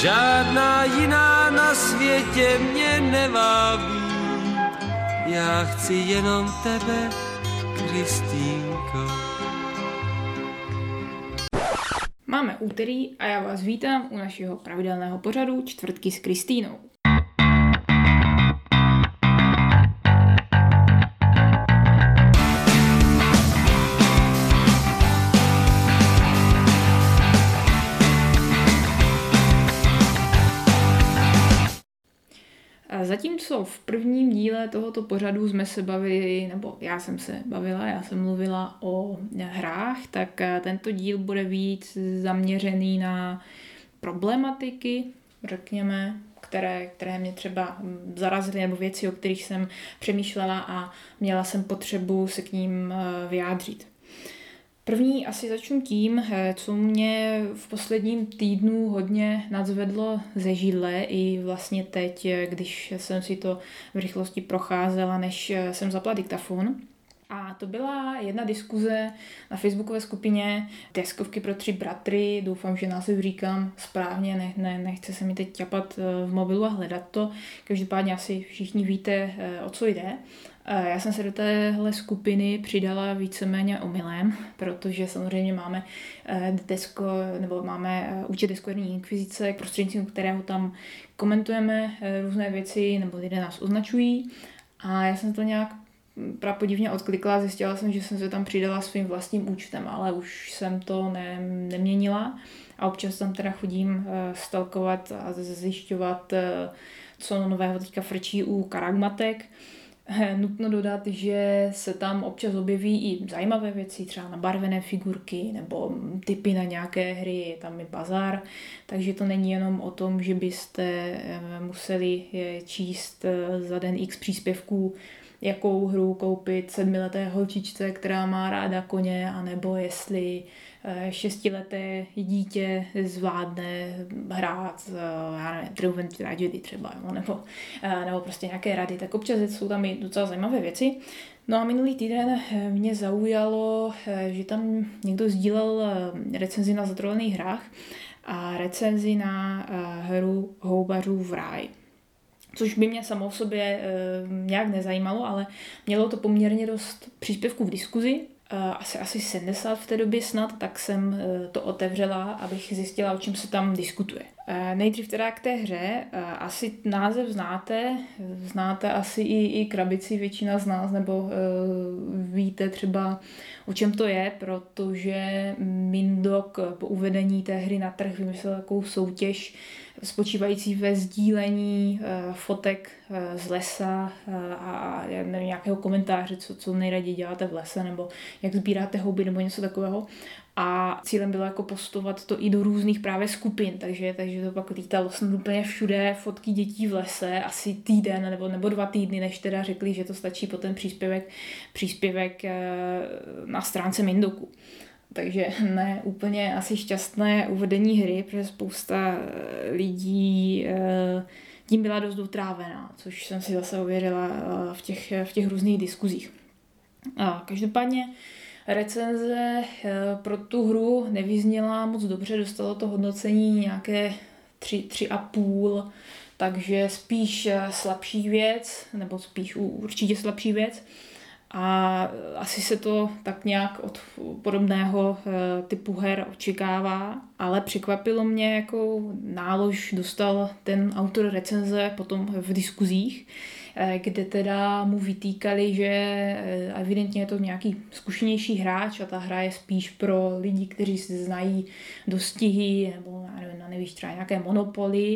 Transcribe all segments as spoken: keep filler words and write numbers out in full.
Žádná jiná na světě mě nevábí. Já chci jenom tebe, Kristýnko. Máme úterý a já vás vítám u našeho pravidelného pořadu Čtvrtky s Kristýnou. Zatímco v prvním díle tohoto pořadu jsme se bavili, nebo já jsem se bavila, já jsem mluvila o hrách, tak tento díl bude víc zaměřený na problematiky, řekněme, které, které mě třeba zarazily, nebo věci, o kterých jsem přemýšlela a měla jsem potřebu se k ním vyjádřit. První asi začnu tím, co mě v posledním týdnu hodně nadzvedlo ze židle i vlastně teď, když jsem si to v rychlosti procházela, než jsem zapla diktafon. A to byla jedna diskuze na facebookové skupině Deskovky pro tři bratry. Doufám, že název říkám správně, ne, ne, nechce se mi teď ťapat v mobilu a hledat to. Každopádně asi všichni víte, o co jde. Já jsem se do téhle skupiny přidala víceméně omylem, protože samozřejmě máme desko, nebo máme účet Deskoherní inkvizice, prostřednictvím kterého tam komentujeme různé věci, nebo lidé nás označují. A já jsem to nějak prapodivně odklikla, zjistila jsem, že jsem se tam přidala svým vlastním účtem, ale už jsem to ne, neměnila a občas tam teda chodím stalkovat a zjišťovat, co nového teďka frčí u karagmatek. Nutno dodat, že se tam občas objeví i zajímavé věci, třeba nabarvené figurky nebo tipy na nějaké hry, je tam i bazar, takže to není jenom o tom, že byste museli číst za den x příspěvků, jakou hru koupit sedmileté holčičce, která má ráda koně, anebo jestli šestileté dítě zvládne hrát, já nevím, Triumphant Tragedy třeba, nebo, nebo prostě nějaké rady, tak občas jsou tam i docela zajímavé věci. No a minulý týden mě zaujalo, že tam někdo sdílel recenzi na zatrovaných hrách a recenzi na hru Houbařů v ráji. Což by mě samo v sobě e, nějak nezajímalo, ale mělo to poměrně dost příspěvků v diskuzi, e, asi, asi sedmdesát v té době snad, tak jsem e, to otevřela, abych zjistila, o čem se tam diskutuje. E, nejdřív teda k té hře, e, asi název znáte, znáte asi i, i krabici většina z nás, nebo e, víte třeba, o čem to je, protože Mindok po uvedení té hry na trh vymyslel takovou soutěž spočívající ve sdílení uh, fotek uh, z lesa uh, a nevím, nějakého komentáře, co, co nejraději děláte v lese, nebo jak sbíráte houby, nebo něco takového. A cílem bylo jako postovat to i do různých právě skupin, takže, takže to pak lítalo snad úplně všude fotky dětí v lese, asi týden nebo, nebo dva týdny, než teda řekli, že to stačí po ten příspěvek, příspěvek uh, na stránce Mindoku. Takže ne úplně asi šťastné uvedení hry, protože spousta lidí tím byla dost dotrávená, což jsem si zase ověřila v těch, v těch různých diskuzích. A každopádně recenze pro tu hru nevyzněla moc dobře, dostalo to hodnocení nějaké tři, tři a půl, takže spíš slabší věc, nebo spíš určitě slabší věc. A asi se to tak nějak od podobného typu her očekává, ale překvapilo mě, jakou nálož dostal ten autor recenze potom v diskuzích, kde teda mu vytýkali, že evidentně je to nějaký zkušenější hráč a ta hra je spíš pro lidi, kteří si znají dostihy nebo nevím, na nevíš, třeba nějaké Monopoly,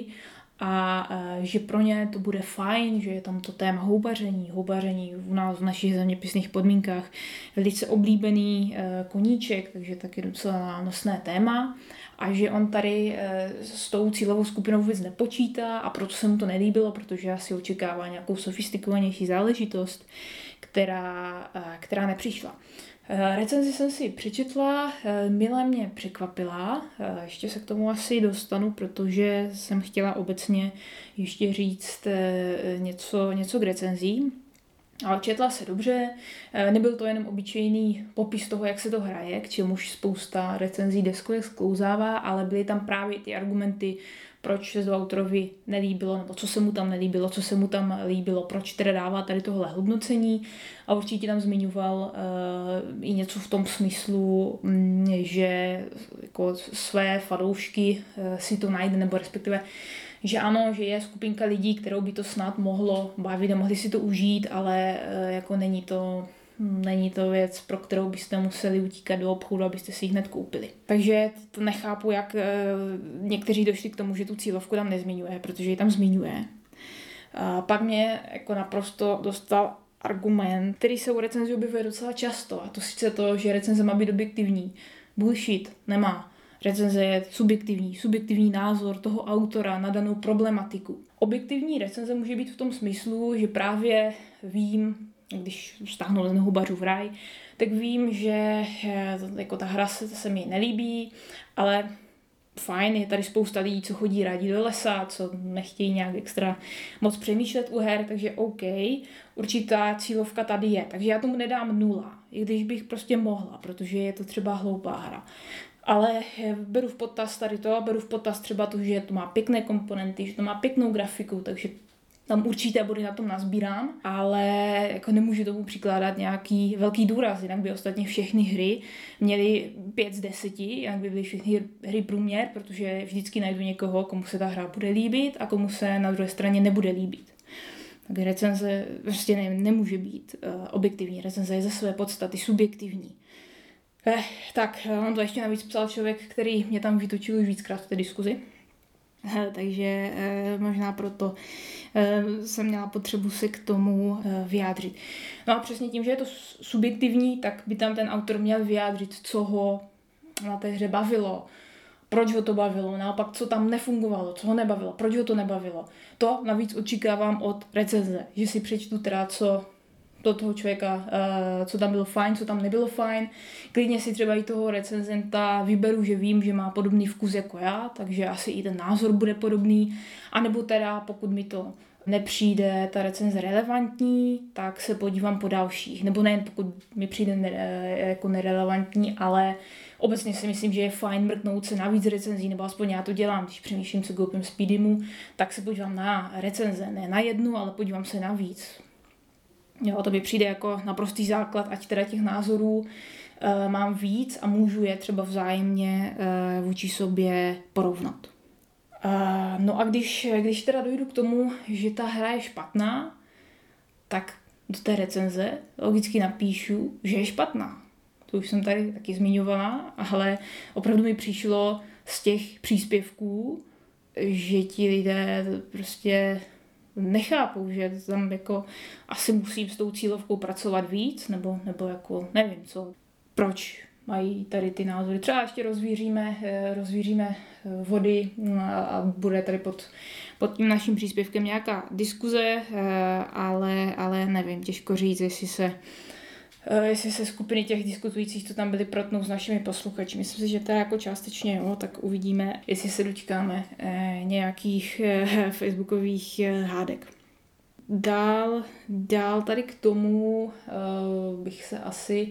a že pro ně to bude fajn, že je tam to téma houbaření, houbaření u nás v našich zeměpisných podmínkách velice oblíbený koníček, takže taky docela nosné téma a že on tady s tou cílovou skupinou vůbec nepočítá a proto se mu to nelíbilo, protože asi očekává nějakou sofistikovanější záležitost, která, která nepřišla. Recenzi jsem si přečetla, mile mě překvapila, ještě se k tomu asi dostanu, protože jsem chtěla obecně ještě říct něco, něco k recenzím. Ale četla se dobře, nebyl to jenom obyčejný popis toho, jak se to hraje, k čemuž spousta recenzí deskovek sklouzává, ale byly tam právě ty argumenty, proč se to autorovi nelíbilo, nebo co se mu tam nelíbilo, co se mu tam líbilo, proč teda dává tady tohle hodnocení. A určitě tam zmiňoval uh, i něco v tom smyslu, um, že jako své fanoušky uh, si to najde, nebo respektive že ano, že je skupinka lidí, kterou by to snad mohlo bavit a mohli si to užít, ale uh, jako není to... Není to věc, pro kterou byste museli utíkat do obchodu, abyste si ji hned koupili. Takže to nechápu, jak e, někteří došli k tomu, že tu cílovku tam nezmiňuje, protože ji tam zmiňuje. A pak mě jako naprosto dostal argument, který se u recenze objevuje docela často, a to sice to, že recenze má být objektivní. Bullshit, nemá. Recenze je subjektivní, subjektivní názor toho autora na danou problematiku. Objektivní recenze může být v tom smyslu, že právě vím, když stáhnu z hubařů v raj, tak vím, že jako ta hra se, se mi nelíbí, ale fajn, je tady spousta lidí, co chodí rádi do lesa, co nechtějí nějak extra moc přemýšlet u her, takže OK, určitá cílovka tady je, takže já tomu nedám nula, i když bych prostě mohla, protože je to třeba hloupá hra. Ale beru v potaz tady to, beru v potaz třeba to, že to má pěkné komponenty, že to má pěknou grafiku, takže tam určité body na tom nazbírám, ale jako nemůžu tomu přikládat nějaký velký důraz, jinak by ostatně všechny hry měly pět z deseti, jinak by byly všechny hry průměr, protože vždycky najdu někoho, komu se ta hra bude líbit a komu se na druhé straně nebude líbit. Tak recenze prostě ne, nemůže být uh, objektivní, recenze je ze své podstaty subjektivní. Eh, tak, on to ještě navíc psal člověk, který mě tam vytočil už víckrát v té diskuzi. Takže eh, možná proto eh, jsem měla potřebu se k tomu eh, vyjádřit. No a přesně tím, že je to subjektivní, tak by tam ten autor měl vyjádřit, co ho na té hře bavilo, proč ho to bavilo, naopak co tam nefungovalo, co ho nebavilo, proč ho to nebavilo. To navíc očekávám od recenze, že si přečtu teda, co do toho člověka, uh, co tam bylo fajn, co tam nebylo fajn. Klidně si třeba i toho recenzenta vyberu, že vím, že má podobný vkus jako já, takže asi i ten názor bude podobný. A nebo teda, pokud mi to nepřijde ta recenze relevantní, tak se podívám po dalších. Nebo nejen pokud mi přijde ne, jako nerelevantní, ale obecně si myslím, že je fajn mrknout se na víc recenzí, nebo aspoň já to dělám, když přemýšlím, co koupím z Speedymu, tak se podívám na recenze, ne na jednu, ale podívám se na víc. Jo, to mi přijde jako naprostý základ, ať teda těch názorů e, mám víc a můžu je třeba vzájemně e, vůči sobě porovnat. E, no a když, když teda dojdu k tomu, že ta hra je špatná, tak do té recenze logicky napíšu, že je špatná. To už jsem tady taky zmiňovala, ale opravdu mi přišlo z těch příspěvků, že ti lidé prostě nechápou, že tam jako asi musím s tou cílovkou pracovat víc, nebo, nebo jako nevím co, proč mají tady ty názory. Třeba ještě rozvíříme, rozvíříme vody a, a bude tady pod, pod tím naším příspěvkem nějaká diskuze, ale, ale nevím, těžko říct, jestli se jestli se skupiny těch diskutujících, co tam byly, protnou s našimi posluchači. Myslím si, že to je jako částečně, jo, tak uvidíme, jestli se dočkáme eh, nějakých eh, facebookových eh, hádek. Dál, dál tady k tomu eh, bych se asi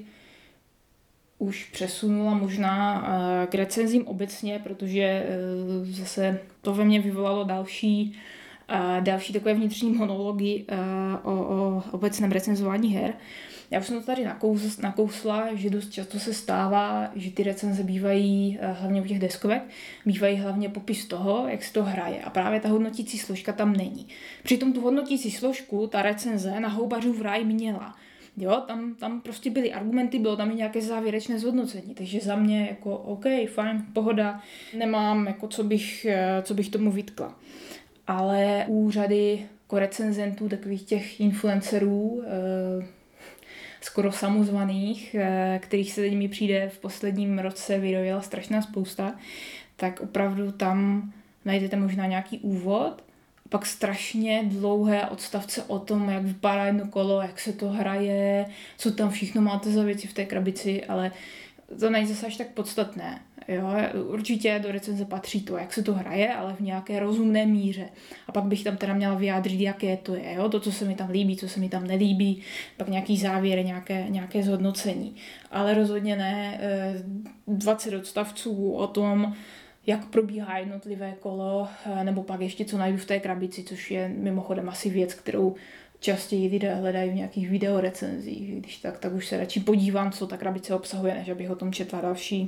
už přesunula možná eh, k recenzím obecně, protože eh, zase to ve mně vyvolalo další a další takové vnitřní monology uh, o, o obecném recenzování her. Já už jsem to tady nakous, nakousla, že dost často se stává, že ty recenze bývají, uh, hlavně u těch deskovek, bývají hlavně popis toho, jak se to hraje. A právě ta hodnotící složka tam není. Přitom tu hodnotící složku ta recenze na Houbařův ráj měla. Jo, tam, tam prostě byly argumenty, bylo tam i nějaké závěrečné zhodnocení, takže za mě jako OK, fajn, pohoda, nemám jako co bych, co bych tomu vytkla. Ale u řady jako recenzentů, takových těch influencerů, eh, skoro samozvaných, eh, kterých se teď mi přijde v posledním roce vyrojila strašná spousta, tak opravdu tam najdete možná nějaký úvod, a pak strašně dlouhé odstavce o tom, jak vypadá jedno kolo, jak se to hraje, co tam všechno máte za věci v té krabici, ale to není zase až tak podstatné. Jo, určitě do recenze patří to, jak se to hraje, ale v nějaké rozumné míře. A pak bych tam teda měla vyjádřit, jaké to je, jo? To, co se mi tam líbí, co se mi tam nelíbí, pak nějaký závěr, nějaké, nějaké zhodnocení. Ale rozhodně ne dvacet odstavců o tom, jak probíhá jednotlivé kolo, nebo pak ještě co najdu v té krabici, což je mimochodem asi věc, kterou častěji lidé hledají v nějakých videorecenzích. Když tak, tak už se radši podívám, co ta krabice obsahuje, než abych o tom četla další,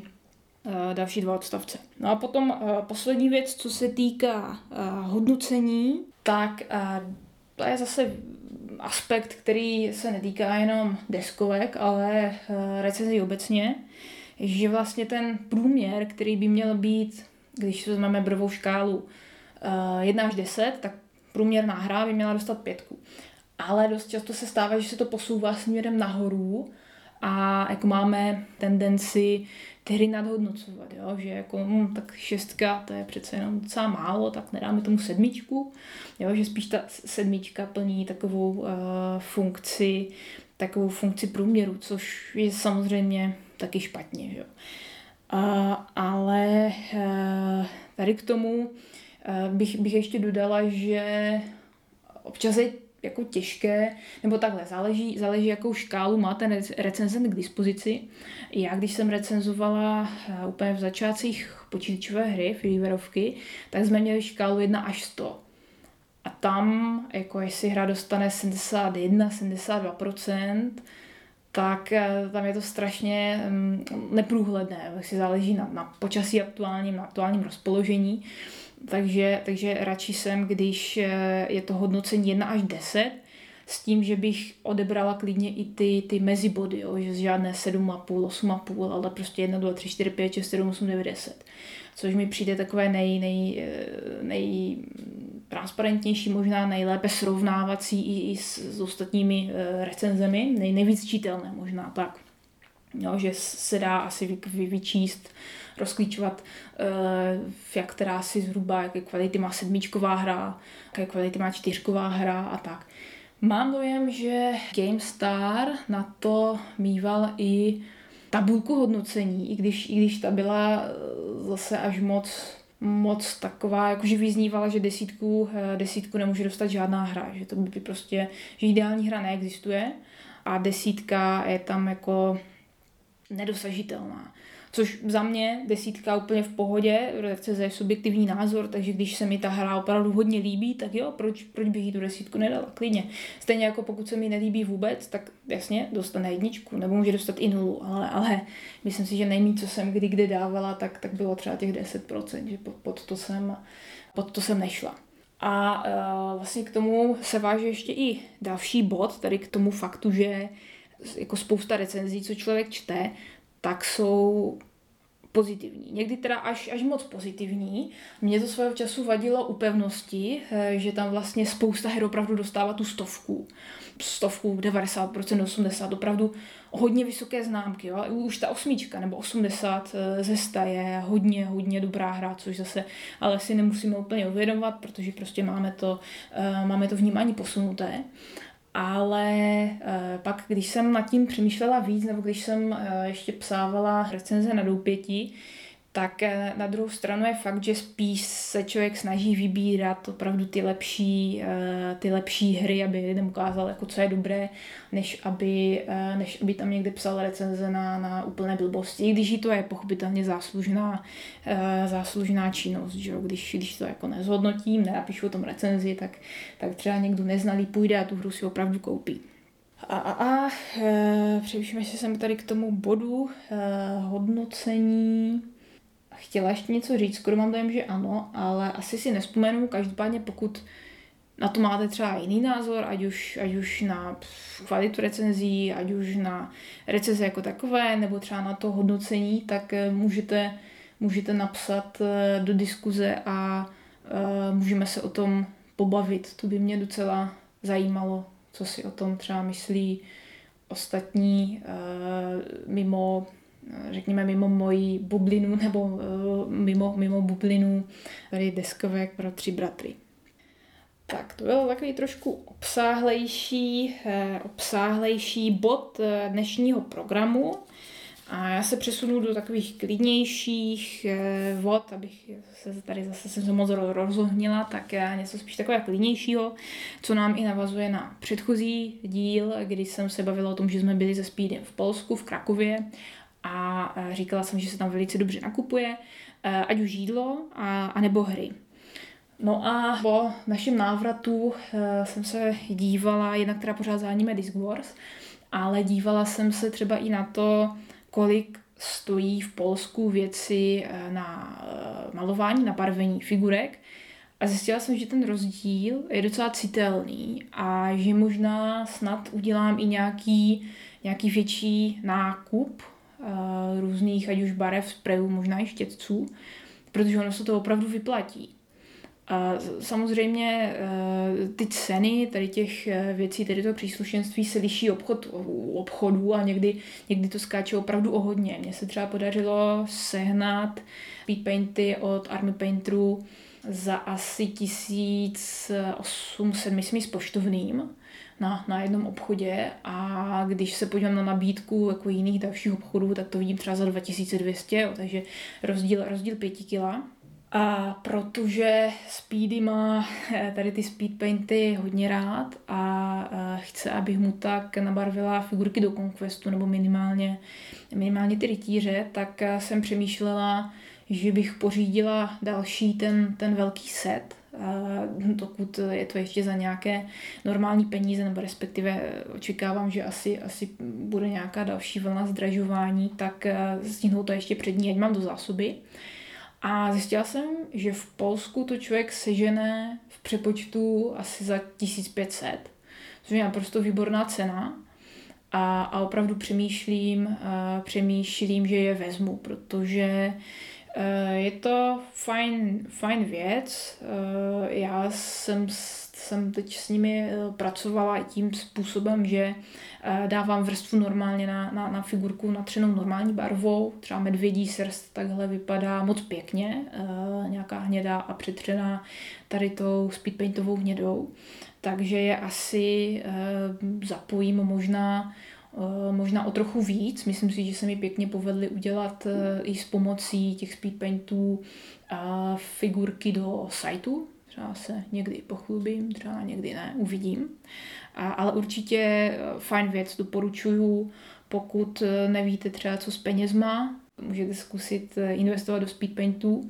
další dva odstavce. No a potom poslední věc, co se týká hodnocení, tak to je zase aspekt, který se netýká jenom deskovek, ale recenzí obecně, že vlastně ten průměr, který by měl být, když vezmeme brovou škálu jedna až deset, tak průměrná hra by měla dostat pětku. Ale dost často se stává, že se to posouvá směrem nahoru a jako máme tendenci ty hry nadhodnocovat, jo? Že jako, hm, tak šestka, to je přece jenom docela málo, tak nedáme tomu sedmičku, jo? Že spíš ta sedmička plní takovou uh, funkci, takovou funkci průměru, což je samozřejmě taky špatně, jo? Uh, ale uh, tady k tomu uh, bych, bych ještě dodala, že občas je jako těžké, nebo takhle, záleží, záleží jakou škálu má ten recenzent k dispozici. Já, když jsem recenzovala uh, úplně v začátcích počítačové hry, freewareovky, tak jsme měli škálu jedna až sto. A tam, jako jestli hra dostane sedmdesát jedna až sedmdesát dva procent, tak tam je to strašně um, neprůhledné, si záleží na, na počasí aktuálním, na aktuálním rozpoložení. Takže, takže radši jsem, když je to hodnocení jedna až deset, s tím, že bych odebrala klidně i ty, ty mezibody, jo, že žádné sedm a půl, osm a půl, ale prostě jedna, dva, tři, čtyři, pět, šest, sedm, osm, devět, deset. Což mi přijde takové nej, nej, nej transparentnější, možná nejlépe srovnávací i, i s, s ostatními recenzemi, nej, nejvíc čitelné možná tak. Jo, že se dá asi vy, vy, vyčíst, rozklíčovat, uh, jak která si zhruba, jaké kvality má sedmičková hra, jaké kvality má čtyřková hra a tak. Mám dojem, že GameStar na to mýval i tabulku hodnocení, i když, i když ta byla zase až moc, moc taková, jakože vyznívala, že desítku, desítku nemůže dostat žádná hra, že to by prostě, že ideální hra neexistuje a desítka je tam jako nedosažitelná. Což za mě desítka úplně v pohodě, recenze je subjektivní názor, takže když se mi ta hra opravdu hodně líbí, tak jo, proč, proč bych jí tu desítku nedala? Klidně. Stejně jako pokud se mi nelíbí vůbec, tak jasně dostane jedničku, nebo může dostat i nulu, ale, ale myslím si, že nejméně, co jsem kdy kde dávala, tak, tak bylo třeba těch deset procent, že pod, pod, to, jsem, pod to jsem nešla. A uh, vlastně k tomu se váže ještě i další bod, tady k tomu faktu, že jako spousta recenzí, co člověk čte, tak jsou pozitivní. Někdy teda až, až moc pozitivní. Mně to svého času vadilo u pevnosti, že tam vlastně spousta her opravdu dostává tu stovku. Stovku, devadesát procent, osmdesát procent, opravdu hodně vysoké známky. Jo? Už ta osmička nebo osmdesát ze sta je hodně, hodně dobrá hra, což zase ale si nemusíme úplně uvědomovat, protože prostě máme to, máme to vnímání posunuté. Ale e, pak, když jsem nad tím přemýšlela víc, nebo když jsem e, ještě psávala recenze na doupěti, tak e, na druhou stranu je fakt, že spíš se člověk snaží vybírat opravdu ty lepší, e, ty lepší hry, aby lidem ukázal, jako co je dobré, než aby, e, než aby tam někde psal recenze na, na úplné blbosti. I když jí to je pochopitelně záslužná, e, záslužná činnost, že jo? Když, když to jako nezhodnotím, nenapíšu o tom recenzi, tak, tak třeba někdo neznalý půjde a tu hru si opravdu koupí. A, a, a e, přemýšlím, jestli jsem tady k tomu bodu e, hodnocení chtěla ještě něco říct, skoro mám dojem, že ano, ale asi si nespomenu, každopádně pokud na to máte třeba jiný názor, ať už, ať už na kvalitu recenzí, ať už na recenze jako takové, nebo třeba na to hodnocení, tak můžete, můžete napsat do diskuze a uh, můžeme se o tom pobavit. To by mě docela zajímalo, co si o tom třeba myslí ostatní uh, mimo řekněme mimo moji bublinu nebo uh, mimo, mimo bublinu tady deskovek pro tři bratry. Tak to byl takový trošku obsáhlejší, eh, obsáhlejší bod eh, dnešního programu a já se přesunu do takových klidnějších eh, vod, abych se tady zase jsem se moc rozohnila, tak eh, něco spíš takového klidnějšího, co nám i navazuje na předchozí díl, kdy jsem se bavila o tom, že jsme byli se Speedem v Polsku, v Krakově. a říkala jsem, že se tam velice dobře nakupuje, ať už jídlo a, a nebo hry. No a po našem návratu jsem se dívala, jednak teda pořád záníme Disc Wars, ale dívala jsem se třeba i na to, kolik stojí v Polsku věci na malování, na barvení figurek. A zjistila jsem, že ten rozdíl je docela citelný a že možná snad udělám i nějaký, nějaký větší nákup uh, různých, ať už barev, sprejů, možná i štětců, protože ono se to opravdu vyplatí. Uh, samozřejmě uh, ty ceny tady těch věcí, tady toho příslušenství se liší obchod u obchodů a někdy, někdy to skáče opravdu o hodně. Mně se třeba podařilo sehnat speed painty od Army Painterů za asi tisíc osm set, myslím, s poštovným na, na jednom obchodě a když se podívám na nabídku jako jiných dalších obchodů, tak to vidím třeba za dva tisíce dvě stě, jo, takže rozdíl, rozdíl pěti kila. A protože Speedy má tady ty speed painty hodně rád a chce, abych mu tak nabarvila figurky do Conquestu nebo minimálně, minimálně ty rytíře, tak jsem přemýšlela, že bych pořídila další ten, ten velký set, dokud je to ještě za nějaké normální peníze, nebo respektive očekávám, že asi, asi bude nějaká další vlna zdražování, tak stihnou to ještě před ní, ať mám do zásoby. A zjistila jsem, že v Polsku to člověk sežene v přepočtu asi za tisíc pět set, což je naprosto výborná cena. A, a opravdu přemýšlím, uh, přemýšlím, že je vezmu, protože uh, je to fajn, fajn věc. Uh, já jsem, jsem teď s nimi pracovala tím způsobem, že uh, dávám vrstvu normálně na, na, na figurku natřenou normální barvou. Třeba medvědí srst takhle vypadá moc pěkně, uh, nějaká hnědá a přetřená tady tou speedpaintovou hnědou. Takže je asi uh, zapojím možná možná o trochu víc. Myslím si, že se mi pěkně povedly udělat i s pomocí těch speedpaintů figurky do sajtu. Třeba se někdy pochlubím, třeba někdy ne, uvidím. Ale určitě fajn věc, doporučuju, pokud nevíte třeba co s penězma, můžete zkusit investovat do speedpaintů.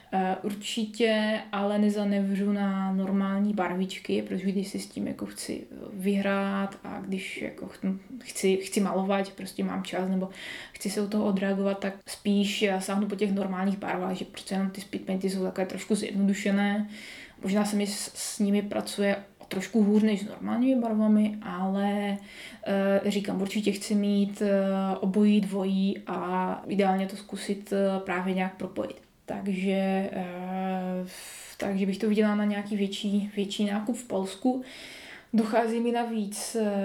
Určitě ale nezanevřu na normální barvičky, protože když si s tím jako chci vyhrát a když jako chci, chci malovat, že prostě mám čas nebo chci se u toho odreagovat, tak spíš sáhnu po těch normálních barvách, že prostě jenom ty speedpainty jsou takové trošku zjednodušené. Možná se mi s, s nimi pracuje trošku hůř než s normálními barvami, ale e, říkám, určitě chci mít e, obojí, dvojí a ideálně to zkusit e, právě nějak propojit. Takže, e, takže bych to viděla na nějaký větší, větší nákup v Polsku. Dochází mi navíc e,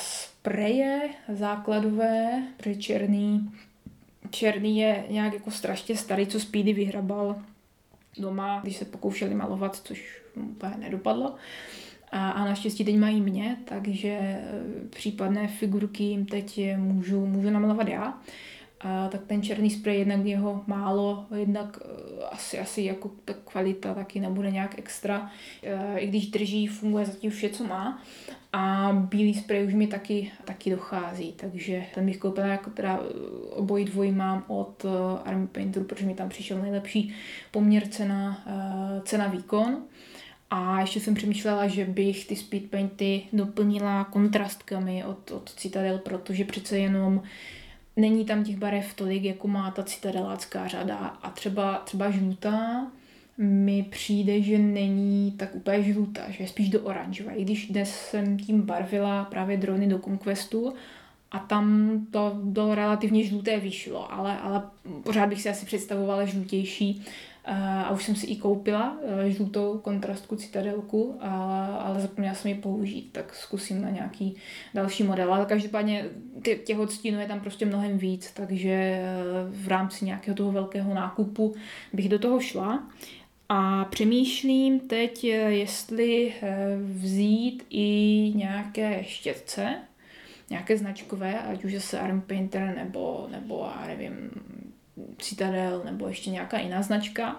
spreje základové, protože černý, černý je nějak jako strašně starý, co Speedy vyhrabal doma, když se pokoušeli malovat, což úplně nedopadlo. A, a naštěstí teď mají mě, takže případné figurky jim teď můžu, můžu namalovat já. A tak ten černý sprej, jednak jeho málo, jednak asi, asi jako ta kvalita taky nebude nějak extra. I když drží, funguje zatím vše, co má. A bílý sprej už mi taky, taky dochází, takže ten bych koupila, jako teda obojí dvojí mám od Army Painterů, protože mi tam přišel nejlepší poměr cena, cena výkon. A ještě jsem přemýšlela, že bych ty speedpainty doplnila kontrastkami od, od Citadel, protože přece jenom není tam těch barev tolik, jako má ta citadelácká řada. A třeba, třeba žlutá mi přijde, že není tak úplně žlutá, že je spíš do oranžové. I když dnes jsem tím barvila právě drony do Conquestu a tam to do relativně žluté vyšlo, ale, ale pořád bych si asi představovala žlutější. A už jsem si i koupila žlutou kontrastku citadelku, ale zapomněla jsem ji použít, tak zkusím na nějaký další model. Ale každopádně těch odstínů je tam prostě mnohem víc, takže v rámci nějakého toho velkého nákupu bych do toho šla. A přemýšlím teď, jestli vzít i nějaké štětce, nějaké značkové, ať už zase Army Painter nebo, nebo já nevím, Citadel nebo ještě nějaká jiná značka,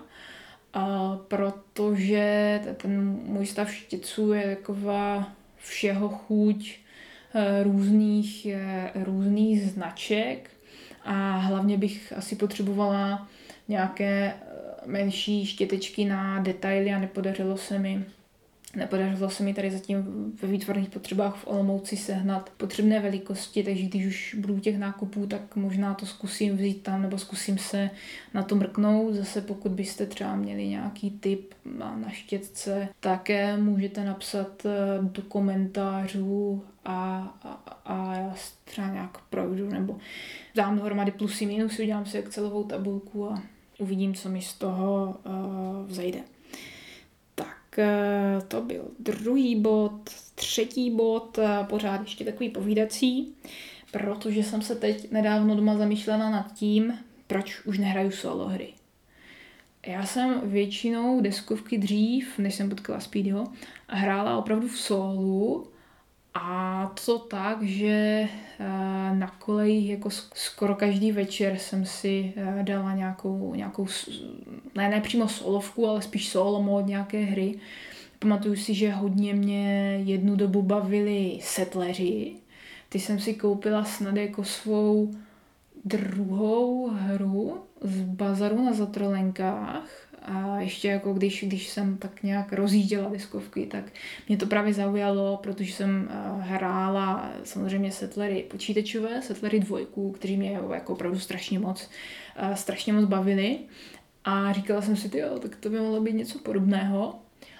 a protože ten můj stav štětců je taková všeho chuť různých, různých značek a hlavně bych asi potřebovala nějaké menší štětečky na detaily a nepodařilo se mi Nepodařilo se mi tady zatím ve výtvarných potřebách v Olomouci sehnat potřebné velikosti, takže když už budu těch nákupů, tak možná to zkusím vzít tam nebo zkusím se na to mrknout. Zase pokud byste třeba měli nějaký tip na štětce, tak můžete napsat do komentářů a, a, a já třeba nějak projdu nebo dám dohromady plusy, minusy, udělám si excelovou tabulku a uvidím, co mi z toho uh, vzejde. To byl druhý bod, třetí bod, pořád ještě takový povídací, protože jsem se teď nedávno doma zamýšlela nad tím, proč už nehraju solo hry. Já jsem většinou deskovky dřív, než jsem potkala Speedyho, hrála opravdu v solu a to tak, že na kolejích jako skoro každý večer jsem si dala nějakou, nějakou ne, ne přímo solovku, ale spíš solo mod nějaké hry. Pamatuju si, že hodně mě jednu dobu bavili Settleri. Ty jsem si koupila snad jako svou druhou hru z bazaru na Zatrolenkách. A ještě jako když, když jsem tak nějak rozjížděla deskovky, tak mě to právě zaujalo, protože jsem hrála samozřejmě Settleri počítačové, Settleri dvojku, kteří mě jako opravdu strašně moc, strašně moc bavili. A říkala jsem si, tyjo, tak to by mohlo být něco podobného.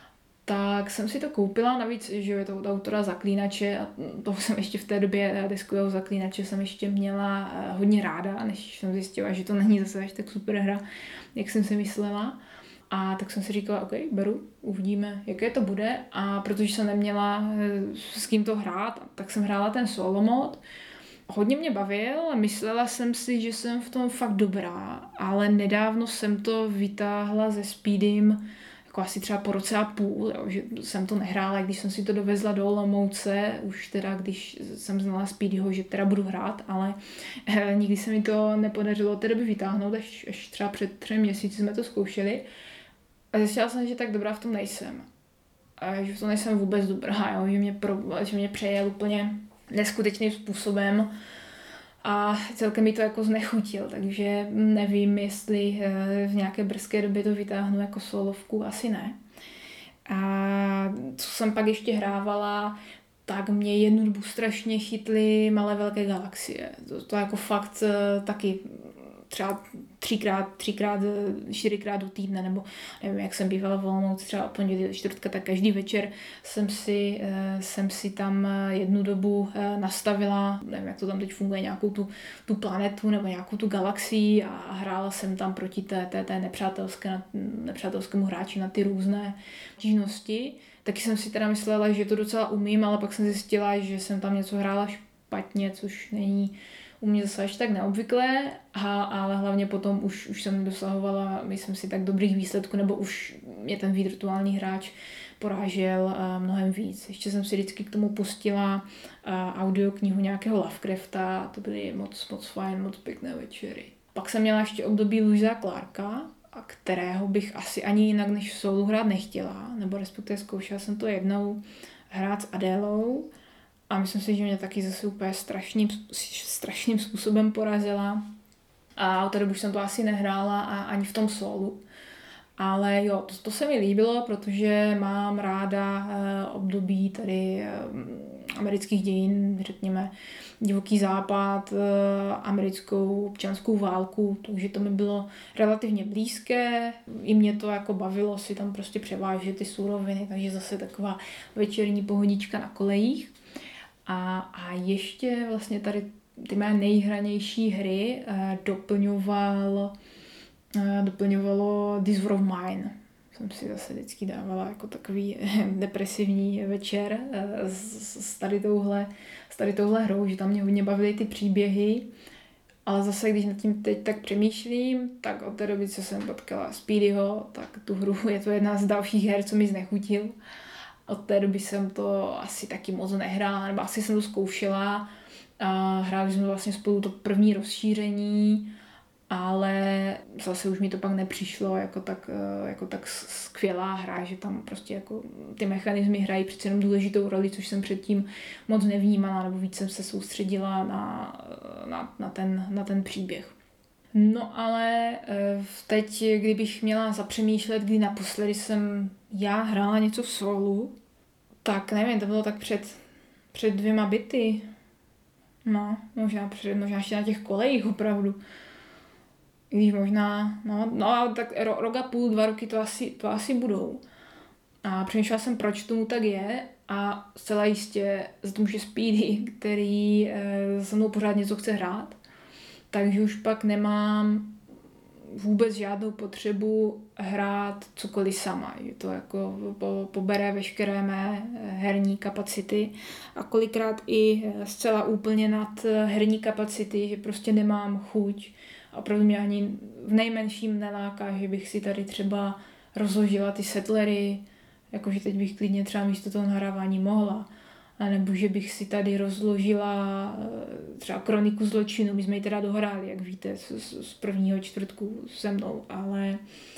Tak jsem si to koupila, navíc, že je to od autora Zaklínače a toho jsem ještě v té době deskového Zaklínače jsem ještě měla hodně ráda, než jsem zjistila, že to není zase až tak super hra, jak jsem si myslela. A tak jsem si říkala, OK, beru, uvidíme, jaké to bude. A protože jsem neměla s kým to hrát, tak jsem hrála ten solo mod. Hodně mě bavil a myslela jsem si, že jsem v tom fakt dobrá, ale nedávno jsem to vytáhla se Speedym jako asi třeba po roce a půl, jo, že jsem to nehrála, když jsem si to dovezla do Olomouce, už teda, když jsem znala Speedyho, že teda budu hrát, ale eh, nikdy se mi to nepodařilo té doby vytáhnout, až, až třeba před třemi měsíci jsme to zkoušeli. A zjistila jsem, že tak dobrá v tom nejsem. A že v tom nejsem vůbec dobrá, jo, že mě, pro, že mě přejel úplně neskutečným způsobem a celkem mi to jako znechutil, takže nevím, jestli v nějaké brzké době to vytáhnu jako solovku, asi ne. A co jsem pak ještě hrávala, tak mě jednu dobu strašně chytly Malé velké galaxie. To, to jako fakt taky třeba třikrát, třikrát, čtyřikrát do týdne, nebo nevím, jak jsem bývala v Olomouci, třeba od pondělí do čtvrtka, tak každý večer jsem si, jsem si tam jednu dobu nastavila, nevím, jak to tam teď funguje, nějakou tu, tu planetu nebo nějakou tu galaxii a hrála jsem tam proti té, té, té nepřátelské, nepřátelskému hráči na ty různé tížnosti. Taky jsem si teda myslela, že to docela umím, ale pak jsem zjistila, že jsem tam něco hrála špatně, což není u mě zase až tak neobvyklé, a, ale hlavně potom už, už jsem dosahovala, myslím si, tak dobrých výsledků, nebo už mě ten virtuální hráč porážel uh, mnohem víc. Ještě jsem si vždycky k tomu pustila uh, audioknihu nějakého Lovecrafta, to byly moc, moc fajn, moc pěkné večery. Pak jsem měla ještě období Lewisa Clarka, a kterého bych asi ani jinak než v solu hrát nechtěla, nebo respektive zkoušela jsem to jednou hrát s Adélou, a myslím si, že mě taky zase úplně strašným, strašným způsobem porazila. A od té doby už jsem to asi nehrála a ani v tom solu. Ale jo, to, to se mi líbilo, protože mám ráda eh, období tady eh, amerických dějin, řekněme, divoký západ, eh, americkou občanskou válku, takže to mi bylo relativně blízké. I mě to jako bavilo si tam prostě převážet ty suroviny, takže zase taková večerní pohodička na kolejích. A, a ještě vlastně tady ty mé nejhranější hry eh, doplňoval, eh, doplňovalo This War of Mine. Jsem si zase vždycky dávala jako takový depresivní večer eh, s, s, tady touhle, s tady touhle hrou, že tam mě hodně bavily ty příběhy, ale zase když nad tím teď tak přemýšlím, tak od té doby, co jsem potkala Speedyho, tak tu hru je to jedna z dalších her, co mi znechutil. Od té doby jsem to asi taky moc nehrála, nebo asi jsem to zkoušela. A hráli jsme vlastně spolu to první rozšíření ale zase už mi to pak nepřišlo jako tak, jako tak skvělá hra, že tam prostě jako ty mechanismy hrají přece jenom důležitou roli, což jsem předtím moc nevnímala, nebo víc jsem se soustředila na, na, na, ten, na ten příběh. No ale teď, kdybych měla zapřemýšlet, kdy naposledy jsem já hrála něco v solu, tak nevím, to bylo tak před, před dvěma byty. No, možná, před, možná ještě na těch kolejích opravdu. I když možná, no, no tak ro, rok a půl, dva roky to asi, to asi budou. A přemýšlela jsem, proč tomu tak je a zcela jistě za to může Speedy, který e, se mnou pořád něco chce hrát. Takže už pak nemám vůbec žádnou potřebu hrát cokoliv sama. Že to jako po, pobere veškeré mé herní kapacity a kolikrát i zcela úplně nad herní kapacity, že prostě nemám chuť. A opravdu mě ani v nejmenším neláká, že bych si tady třeba rozložila ty settlery, jakože teď bych klidně třeba místo toho nahrávání mohla. A nebo že bych si tady rozložila třeba Kroniku zločinu, my jsme ji teda dohráli, jak víte, z, z prvního čtvrtku se mnou, ale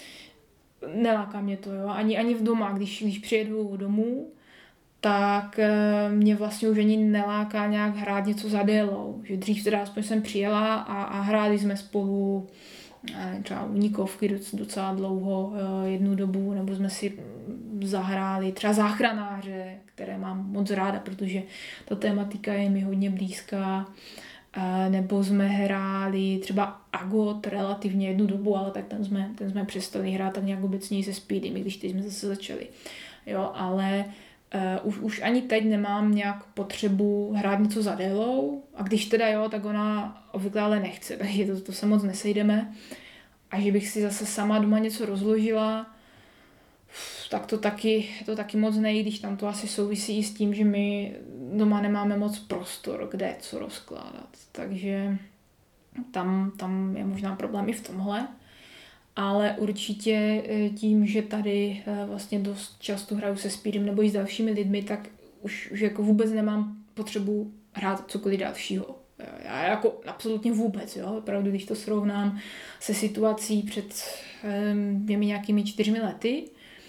neláká mě to, jo. Ani, ani v doma, když, když přijedu domů, tak mě vlastně už ani neláká nějak hrát něco za délou. Že dřív teda aspoň jsem přijela a, a hráli jsme spolu třeba Unikovky docela dlouho, jednu dobu, nebo jsme si zahráli třeba záchranáře, které mám moc ráda, protože ta tematika je mi hodně blízká, nebo jsme hráli třeba Agot relativně jednu dobu, ale tak ten jsme, ten jsme přestali hrát tak nějak obecně se Speedym, i když teď jsme zase začali. Jo, ale Uh, už, už ani teď nemám nějak potřebu hrát něco za délou a když teda jo, tak ona obvykle ale nechce, takže to, to se moc nesejdeme a že bych si zase sama doma něco rozložila, tak to taky, to taky moc nejde, když tam to asi souvisí i s tím, že my doma nemáme moc prostor, kde co rozkládat, takže tam, tam je možná problém i v tomhle. Ale určitě tím, že tady vlastně dost často hraju se Speedym nebo i s dalšími lidmi, tak už, už jako vůbec nemám potřebu hrát cokoliv dalšího. Já jako absolutně vůbec, jo. Opravdu, když to srovnám se situací před těmi nějakými čtyřmi lety,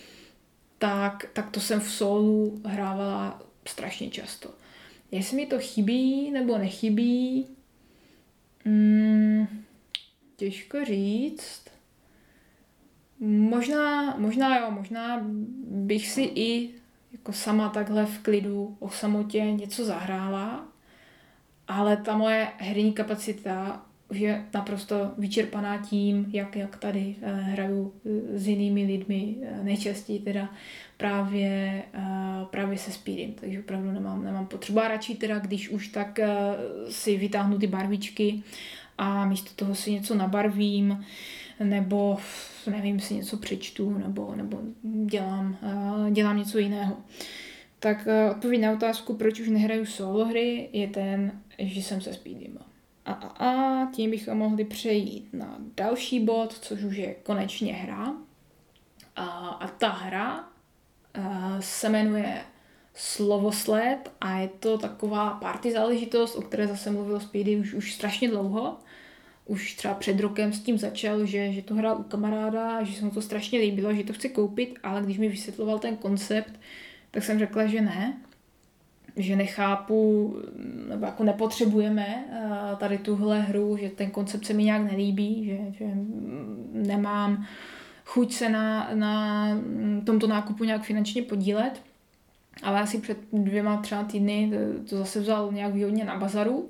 tak, tak to jsem v solu hrávala strašně často. Jestli mi to chybí nebo nechybí, hmm, těžko říct. Možná, možná jo, možná bych si i jako sama takhle v klidu o samotě něco zahrála, ale ta moje herní kapacita už je naprosto vyčerpaná tím, jak, jak tady eh, hraju s jinými lidmi, eh, nejčastěji teda právě, eh, právě se Speedym, takže opravdu nemám, nemám potřebu. A radši teda, když už tak eh, si vytáhnu ty barvičky a místo toho si něco nabarvím, nebo nevím, si něco přečtu, nebo, nebo dělám, dělám něco jiného. Tak odpověď na otázku, proč už nehraju solo hry, je ten, že jsem se Speedym. A, a, a tím bychom mohli přejít na další bod, což už je konečně hra. A, a ta hra a, se jmenuje Slovosled a je to taková party záležitost, o které zase mluvil Speedy už, už strašně dlouho. Už třeba před rokem s tím začal, že, že to hrál u kamaráda, že se mu to strašně líbilo, že to chce koupit, ale když mi vysvětloval ten koncept, tak jsem řekla, že ne, že nechápu, nebo jako nepotřebujeme tady tuhle hru, že ten koncept se mi nějak nelíbí, že, že nemám chuť se na, na tomto nákupu nějak finančně podílet, ale asi před dvěma třeba týdny to zase vzal nějak výhodně na bazaru.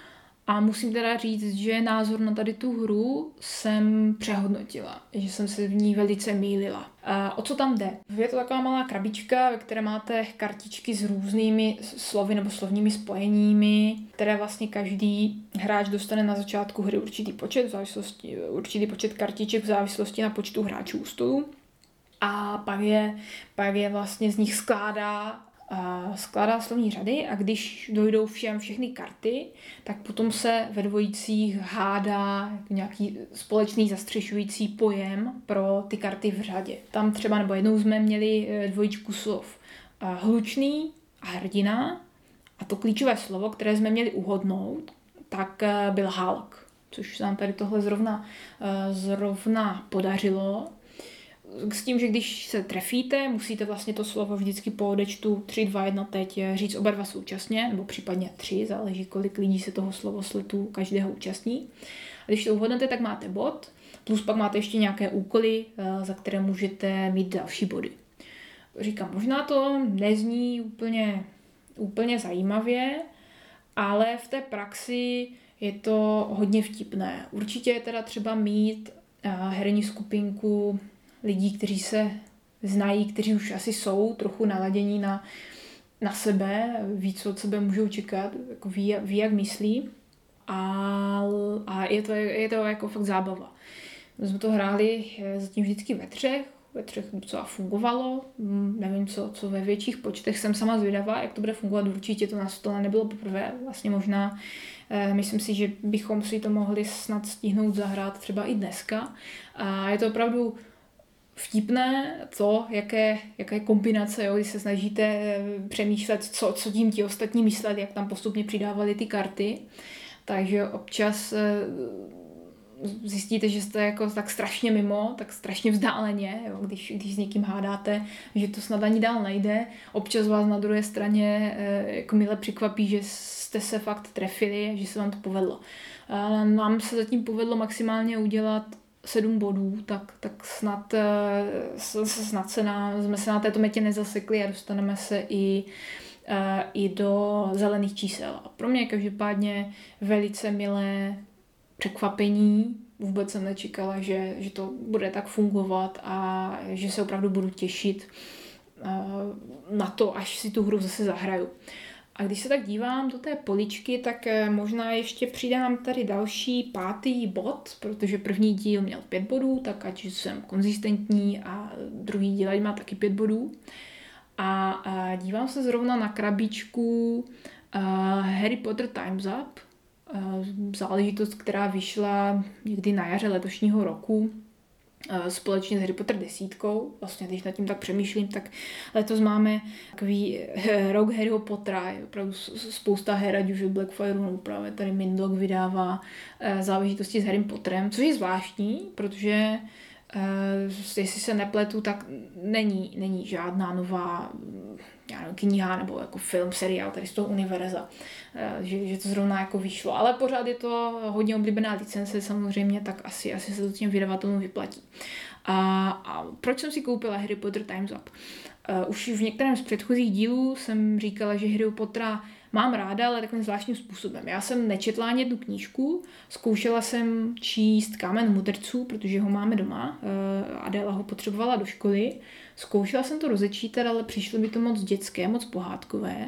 A musím teda říct, že názor na tady tu hru jsem přehodnotila, že jsem se v ní velice mýlila. A o co tam jde? Je to taková malá krabička, ve které máte kartičky s různými slovy nebo slovními spojeními, které vlastně každý hráč dostane na začátku hry určitý počet, v závislosti, určitý počet kartiček v závislosti na počtu hráčů u stolu. A pak je, pak je vlastně z nich skládá a skládá slovní řady a když dojdou všem všechny karty, tak potom se ve dvojicích hádá nějaký společný zastřešující pojem pro ty karty v řadě. Tam třeba, nebo jednou jsme měli dvojičku slov hlučný a hrdina a to klíčové slovo, které jsme měli uhodnout, tak byl Hulk. což se nám tady tohle zrovna, zrovna podařilo. S tím, že když se trefíte, musíte vlastně to slovo vždycky po odečtu tři, dva, jedna teď říct oba dva současně, nebo případně tři, záleží, kolik lidí se toho slovosletu každého účastní. A když to uhodnete, tak máte bod, plus pak máte ještě nějaké úkoly, za které můžete mít další body. Říkám, možná to nezní úplně, úplně zajímavě, ale v té praxi je to hodně vtipné. Určitě je teda třeba mít herní skupinku lidí, kteří se znají, kteří už asi jsou trochu naladění na, na sebe, ví, co od sebe můžou čekat, jako ví, ví, jak myslí. A, a je to, je to jako fakt zábava. My jsme to hráli zatím vždycky ve třech, ve třech docela fungovalo, nevím, co, co ve větších počtech, jsem sama zvědavá, jak to bude fungovat, určitě to na stole nebylo poprvé, vlastně možná, eh, myslím si, že bychom si to mohli snad stihnout zahrát třeba i dneska. A je to opravdu vtipné to, jaké, jaké kombinace, jo, když se snažíte přemýšlet, co, co tím ti ostatní myslet, jak tam postupně přidávali ty karty. Takže občas zjistíte, že jste jako tak strašně mimo, tak strašně vzdáleně, jo, když, když s někým hádáte, že to snad ani dál nejde. Občas vás na druhé straně jako mile překvapí, že jste se fakt trefili, že se vám to povedlo. Nám se zatím povedlo maximálně udělat sedm bodů, tak, tak snad, snad se na, jsme se na této metě nezasekli a dostaneme se i, i do zelených čísel. A pro mě každopádně velice milé překvapení. Vůbec jsem nečekala, že, že to bude tak fungovat a že se opravdu budu těšit na to, až si tu hru zase zahraju. A když se tak dívám do té poličky, tak možná ještě přidám tady další pátý bod, protože první díl měl pět bodů, tak ať jsem konzistentní a druhý díl má taky pět bodů. A, a dívám se zrovna na krabičku uh, Harry Potter Time's Up, uh, záležitost, která vyšla někdy na jaře letošního roku, společně s Harry Potter desítkou. Vlastně, když nad tím tak přemýšlím, tak letos máme takový rok Harryho Pottera, je opravdu spousta her, ať už od Blackfireu, nebo právě tady Mindlock vydává záležitosti s Harrym Potterem, což je zvláštní, protože jestli se nepletu, tak není, není žádná nová já nevím, kniha nebo jako film, seriál tady z toho univerza, že, že to zrovna jako vyšlo. Ale pořád je to hodně oblíbená licence samozřejmě, tak asi, asi se to těm vydavatelům vyplatí. A, a proč jsem si koupila Harry Potter Time's Up? Uh, už v některém z předchozích dílů jsem říkala, že Harry Pottera mám ráda, ale takovým zvláštním způsobem. Já jsem nečetla ani jednu knížku, zkoušela jsem číst Kámen mudrců, protože ho máme doma, Adéla ho potřebovala do školy. Zkoušela jsem to rozečítat, ale přišlo mi to moc dětské, moc pohádkové.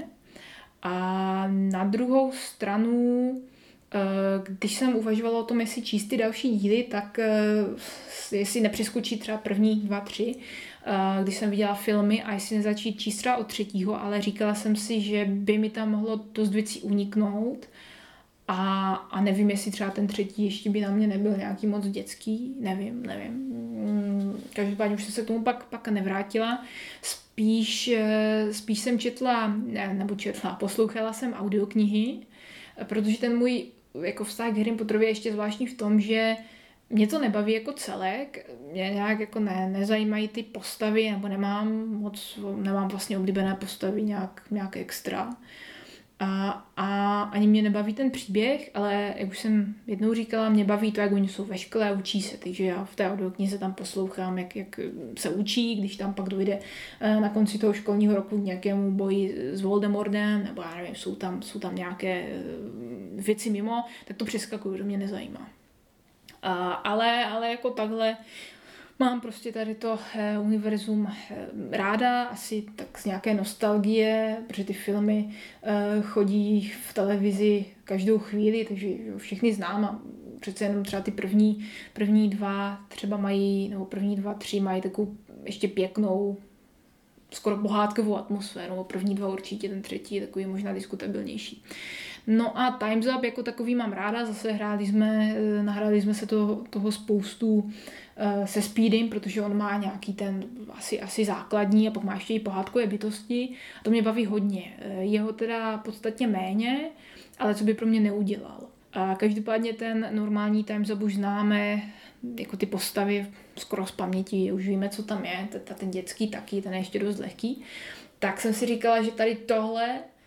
A na druhou stranu, když jsem uvažovala o tom, jestli číst ty další díly, tak jestli nepřeskočit třeba první dva, tři, když jsem viděla filmy a jestli nezačít číst třeba od třetího, ale říkala jsem si, že by mi tam mohlo dost věcí uniknout a, a nevím, jestli třeba ten třetí ještě by na mě nebyl nějaký moc dětský, nevím, nevím. Každopádně už jsem se k tomu pak, pak nevrátila. Spíš, spíš jsem četla, nebo četla, poslouchala jsem audioknihy, protože ten můj jako vztah k Harry Potterovi je ještě zvláštní v tom, že mě to nebaví jako celek, mě nějak jako ne, nezajímají ty postavy, nebo nemám moc, nemám vlastně oblíbené postavy nějak, nějak extra. A, a ani mě nebaví ten příběh, ale jak už jsem jednou říkala, mě baví to, jak oni jsou ve škole a učí se, takže já v té audioknize tam poslouchám, jak, jak se učí, když tam pak dojde na konci toho školního roku k nějakému boji s Voldemortem, nebo já nevím, jsou tam, jsou tam nějaké věci mimo, tak to přeskakuju, to mě nezajímá. A, ale, ale jako takhle mám prostě tady to eh, univerzum eh, ráda, asi tak z nějaké nostalgie, protože ty filmy eh, chodí v televizi každou chvíli, takže všechny znám a přece jenom třeba ty první, první dva třeba mají, nebo první dva, tři mají takovou ještě pěknou, skoro pohádkovou atmosféru, nebo první dva určitě, ten třetí je takový možná diskutabilnější. No a Time's Up jako takový mám ráda, zase hráli jsme, nahráli jsme se toho, toho spoustu se Speedem, protože on má nějaký ten asi, asi základní a pak má ještě i pohádkové bytosti a to mě baví hodně. Jeho teda podstatně méně, ale co by pro mě neudělal. A každopádně ten normální Time's Up už známe, jako ty postavy skoro z paměti, už víme, co tam je, ten dětský taky, ten je ještě dost lehký. Tak jsem si říkala, že tady tohle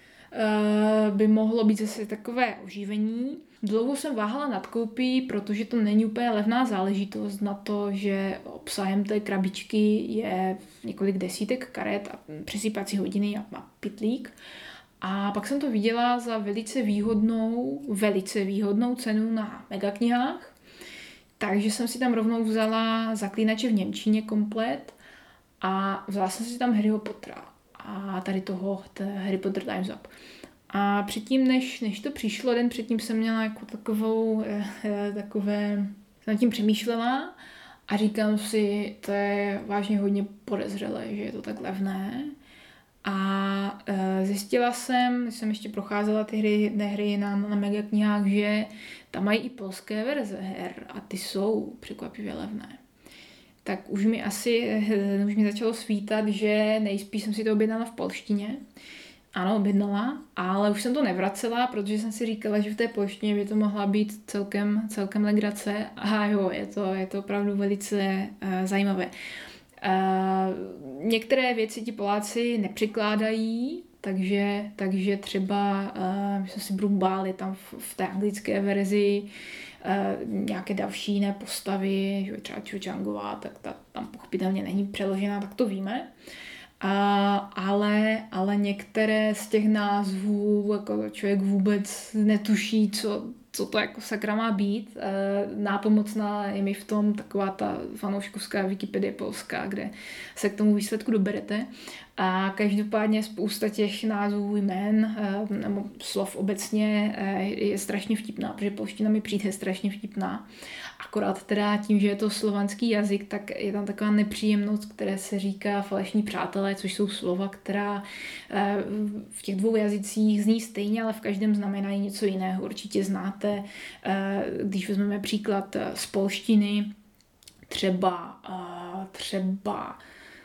uh, by mohlo být zase takové oživení. Dlouho jsem váhala nad koupí, protože to není úplně levná záležitost na to, že obsahem té krabičky je několik desítek karet a přesýpací hodiny a pytlík. A pak jsem to viděla za velice výhodnou, velice výhodnou cenu na Megaknihách. Takže jsem si tam rovnou vzala Zaklínače v němčině komplet a vzala jsem si tam Harryho Pottera a tady toho Harry Potter Time's Up. A předtím, než, než to přišlo, den předtím jsem měla jako takovou, eh, takové, jsem nad tím přemýšlela a říkám si, to je vážně hodně podezřelé, že je to tak levné. A e, zjistila jsem, když jsem ještě procházela ty hry, hry na, na Megaknihách, že tam mají i polské verze her a ty jsou překvapivě levné. Tak už mi asi, už mi začalo svítat, že nejspíš jsem si to objednala v polštině. Ano, objednala, ale už jsem to nevracela, protože jsem si říkala, že v té polštině by to mohla být celkem, celkem legrace. A jo, je to, je to opravdu velice uh, zajímavé. Uh, některé věci ti Poláci nepřekládají, takže, takže třeba uh, jsme si budu báli tam v, v té anglické verzi uh, nějaké další jiné postavy, že třeba Cho-Changová, tak ta tam pochopitelně není přeložená, tak to víme. Uh, ale, ale některé z těch názvů jako člověk vůbec netuší, co, co to jako sakra má být. Uh, nápomocná je mi v tom taková ta fanouškovská Wikipedie polská, kde se k tomu výsledku doberete. A každopádně spousta těch názvů jmén uh, nebo slov obecně uh, je strašně vtipná, protože polština mi přijde strašně vtipná. Akorát teda tím, že je to slovanský jazyk, tak je tam taková nepříjemnost, které se říká falešní přátelé, což jsou slova, která v těch dvou jazycích zní stejně, ale v každém znamenají něco jiného. Určitě znáte, když vezmeme příklad z polštiny, třeba, třeba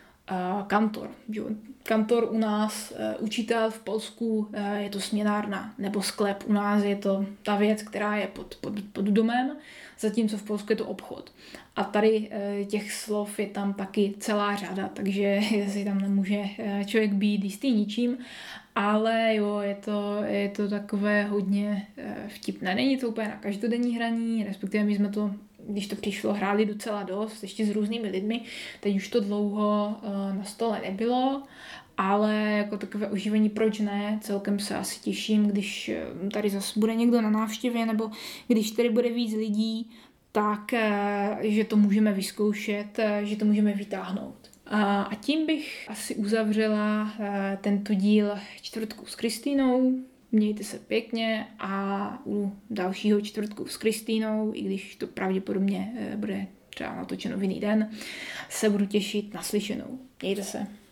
kantor. Kantor u nás, učitel v Polsku je to směnárna, nebo sklep u nás je to ta věc, která je pod, pod, pod domem, zatímco v Polsku je to obchod. A tady těch slov je tam taky celá řada, takže si tam nemůže člověk být jistý ničím, ale jo, je to, je to takové hodně vtipné. Není to úplně na každodenní hraní, respektive my jsme to, když to přišlo, hráli docela dost, ještě s různými lidmi, teď už to dlouho na stole nebylo, ale jako takové oživení, proč ne, celkem se asi těším, když tady zase bude někdo na návštěvě, nebo když tady bude víc lidí, tak, že to můžeme vyzkoušet, že to můžeme vytáhnout. A tím bych asi uzavřela tento díl Čtvrtku s Kristýnou. Mějte se pěkně a u dalšího Čtvrtku s Kristýnou, i když to pravděpodobně bude třeba natočeno v jiný den, se budu těšit na slyšenou. Mějte se.